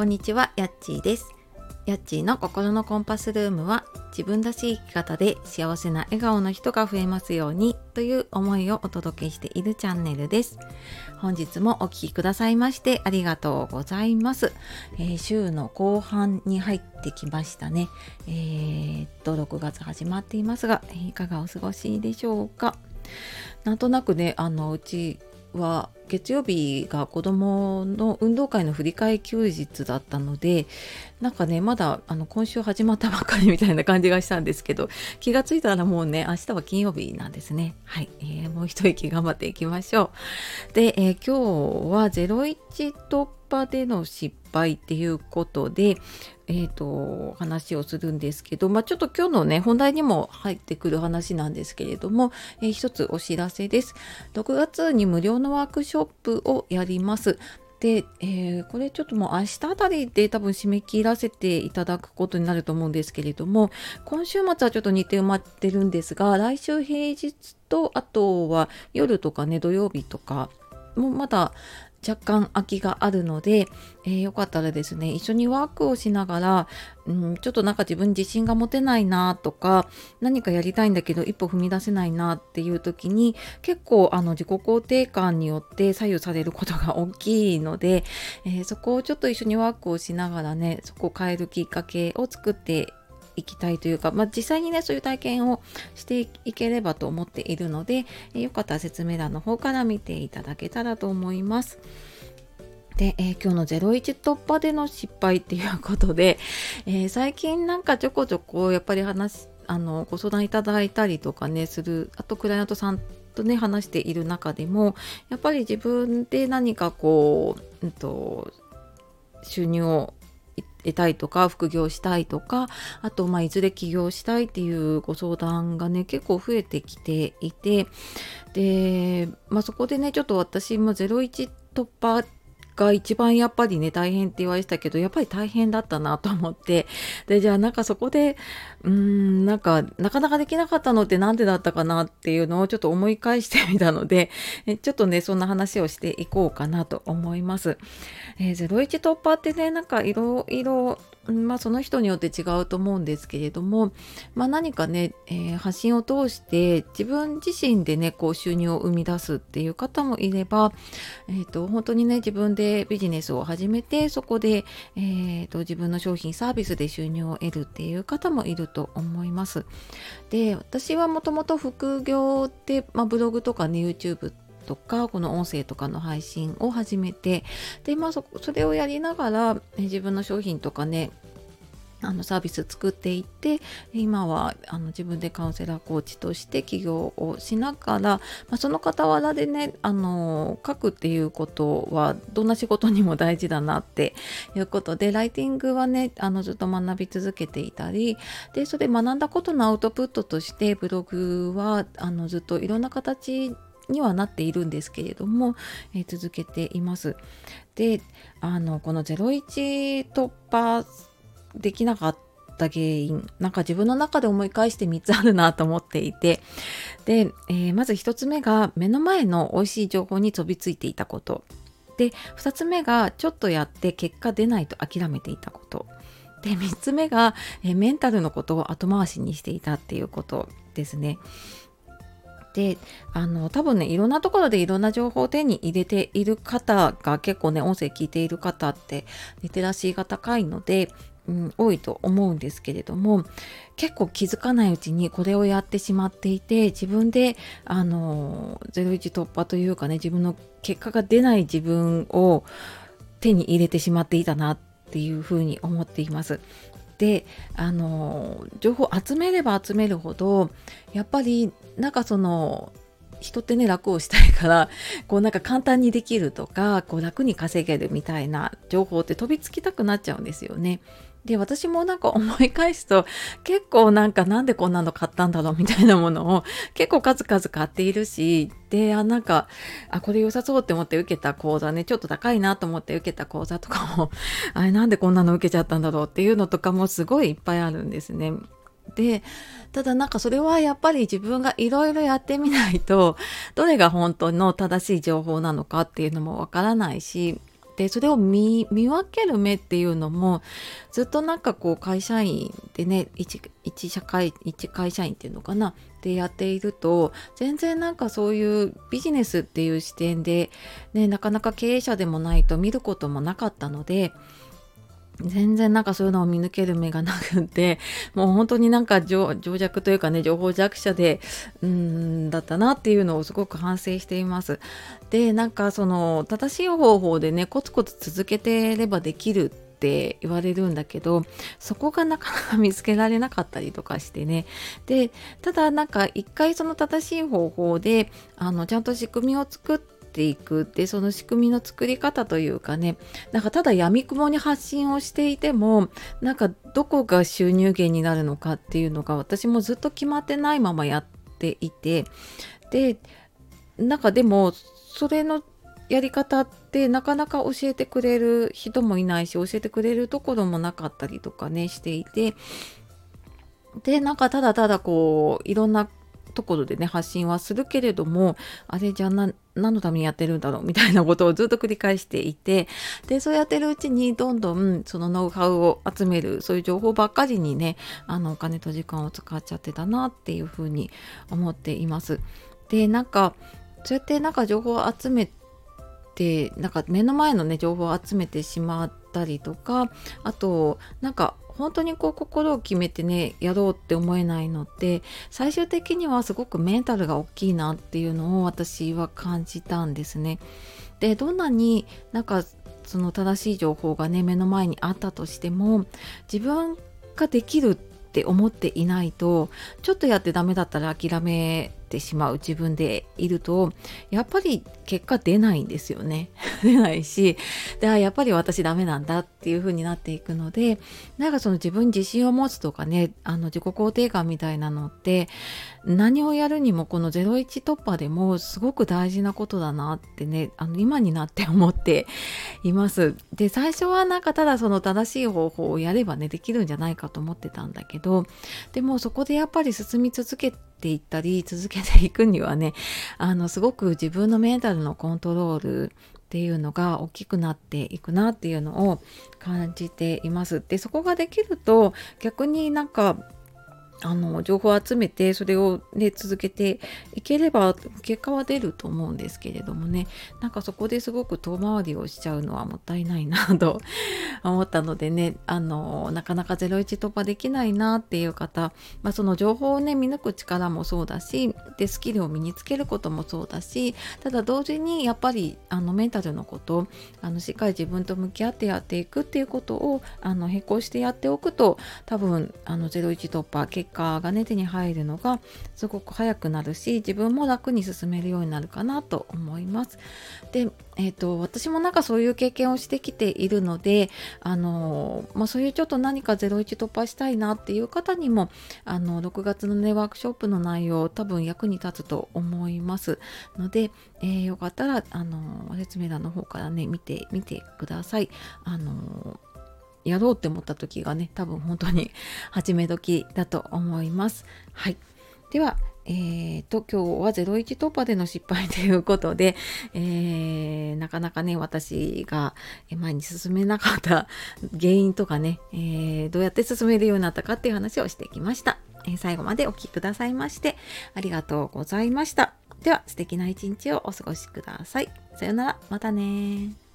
こんにちは、やっちーです。やっちーの心のコンパスルームは、自分らしい生き方で幸せな笑顔の人が増えますようにという思いをお届けしているチャンネルです。本日もお聞きくださいましてありがとうございます。週の後半に入ってきましたね。6月始まっていますが、いかがお過ごしでしょうか。なんとなくね、うちは月曜日が子供の運動会の振り替え休日だったので、なんかねまだ今週始まったばっかりみたいな感じがしたんですけど、気がついたらもうね明日は金曜日なんですね。はい、もう一息頑張っていきましょう。で、今日は01突破での失敗っていうことで話をするんですけど、ちょっと今日のね本題にも入ってくる話なんですけれども、一つお知らせです。6月に無料のワークショップをやります。で、これちょっともう明日あたりで多分締め切らせていただくことになると思うんですけれども、今週末はちょっと日程埋まってるんですが、来週平日とあとは夜とかね土曜日とかもまだ若干空きがあるので、よかったらですね一緒にワークをしながら、ちょっとなんか自分自信が持てないなとか、何かやりたいんだけど一歩踏み出せないなっていう時に結構自己肯定感によって左右されることが大きいので、そこをちょっと一緒にワークをしながらね、そこを変えるきっかけを作っていきたいというか、実際にねそういう体験をしていければと思っているので、よかったら説明欄の方から見ていただけたらと思います。で、今日の01突破での失敗っていうことで、最近なんかちょこちょこやっぱりご相談いただいたりとかねする、あとクライアントさんとね話している中でも、やっぱり自分で何か収入を得たいとか副業したいとか、あといずれ起業したいっていうご相談がね結構増えてきていて、で、そこでねちょっと私も01突破が一番やっぱりね大変って言われてたけど、やっぱり大変だったなと思って、でじゃあなんかそこでなかなかできなかったのってなんでだったかなっていうのをちょっと思い返してみたので、ちょっとねそんな話をしていこうかなと思います。01突破ってねなんかいろいろその人によって違うと思うんですけれども、何かね、発信を通して自分自身でねこう収入を生み出すっていう方もいれば、本当にね自分でビジネスを始めてそこで、自分の商品サービスで収入を得るっていう方もいると思います。で、私はもともと副業で、ブログとかね YouTubeとかこの音声とかの配信を始めて、でそれをやりながら自分の商品とかねサービス作っていって、今は自分でカウンセラーコーチとして起業をしながら、その傍らでね書くっていうことはどんな仕事にも大事だなっていうことで、ライティングはねずっと学び続けていたりで、それ学んだことのアウトプットとしてブログはずっといろんな形にはなっているんですけれども、続けています。でこの01突破できなかった原因、なんか自分の中で思い返して3つあるなと思っていて、で、まず1つ目が目の前の美味しい情報に飛びついていたことで、2つ目がちょっとやって結果出ないと諦めていたことで、3つ目が、メンタルのことを後回しにしていたっていうことですね。で多分ねいろんなところでいろんな情報を手に入れている方が結構ね音声聞いている方ってリテラシーが高いので、多いと思うんですけれども、結構気づかないうちにこれをやってしまっていて、自分で01突破というかね、自分の結果が出ない自分を手に入れてしまっていたなっていうふうに思っています。で情報集めれば集めるほどやっぱりなんか人ってね楽をしたいからなんか簡単にできるとか楽に稼げるみたいな情報って飛びつきたくなっちゃうんですよね。で、私もなんか思い返すと結構なんでこんなの買ったんだろうみたいなものを結構数々買っているし、で、これ良さそうって思って受けた講座ね、ちょっと高いなと思って受けた講座とかもなんでこんなの受けちゃったんだろうっていうのとかもすごいいっぱいあるんですね。で、ただそれはやっぱり自分がいろいろやってみないとどれが本当の正しい情報なのかっていうのもわからないし、 でそれを見分ける目っていうのもずっとなんかこう会社員でね、一会社員っていうのかなでやっていると、全然なんかそういうビジネスっていう視点でね、なかなか経営者でもないと見ることもなかったので、全然なんかそういうのを見抜ける目がなくって、もう本当になんか情弱というかね、情報弱者でだったなっていうのをすごく反省しています。で、なんかその正しい方法でね、コツコツ続けてればできるって言われるんだけど、そこがなかなか見つけられなかったりとかしてね。で、ただなんか一回その正しい方法でちゃんと仕組みを作っていく。でその仕組みの作り方というかね、なんかただ闇雲に発信をしていても、なんかどこが収入源になるのかっていうのが私もずっと決まってないままやっていて、でなんかでもそれのやり方ってなかなか教えてくれる人もいないし、教えてくれるところもなかったりとかねしていて、でなんかただただこういろんなところでね発信はするけれども、あれじゃあ何のためにやってるんだろうみたいなことをずっと繰り返していて、でそうやってるうちにどんどんそのノウハウを集める、そういう情報ばっかりにねお金と時間を使っちゃってたなっていうふうに思っています。でなんかそうやってなんか情報を集めて、なんか目の前のね情報を集めてしまったりとか、あとなんか本当にこう心を決めてねやろうって思えないのって、最終的にはすごくメンタルが大きいなっていうのを私は感じたんですね。でどんなになんかその正しい情報がね目の前にあったとしても、自分ができるって思っていないと、ちょっとやってダメだったら諦めてしまう自分でいると、やっぱり結果出ないんですよね。出ないし、でやっぱり私ダメなんだっていう風になっていくので、なんかその自分に自信を持つとかね、自己肯定感みたいなのって何をやるにもこの01突破でもすごく大事なことだなってね、今になって思っています。で最初はなんかただその正しい方法をやればねできるんじゃないかと思ってたんだけど、でもそこでやっぱり進み続けていったり続けていくにはね、すごく自分のメンタルのコントロールっていうのが大きくなっていくなっていうのを感じています。でそこができると逆になんか情報を集めてそれをね続けていければ結果は出ると思うんですけれどもね、なんかそこですごく遠回りをしちゃうのはもったいないなと思ったのでね、なかなか01突破できないなっていう方、その情報をね見抜く力もそうだし、でスキルを身につけることもそうだし、ただ同時にやっぱりメンタルのことしっかり自分と向き合ってやっていくっていうことを並行してやっておくと、多分01突破結果がね手に入るのがすごく早くなるし、自分も楽に進めるようになるかなと思います。で、私もなんかそういう経験をしてきているので、そういうちょっと何か01突破したいなっていう方にも6月のねワークショップの内容多分役に立つと思いますので、よかったら説明欄の方からね見てみてください。やろうって思った時がね多分本当に始め時だと思います。はい、では今日は01突破での失敗ということで、なかなかね私が前に進めなかった原因とかね、どうやって進めるようになったかっていう話をしてきました。最後までお聞きくださいましてありがとうございました。では素敵な一日をお過ごしください。さようなら、またね。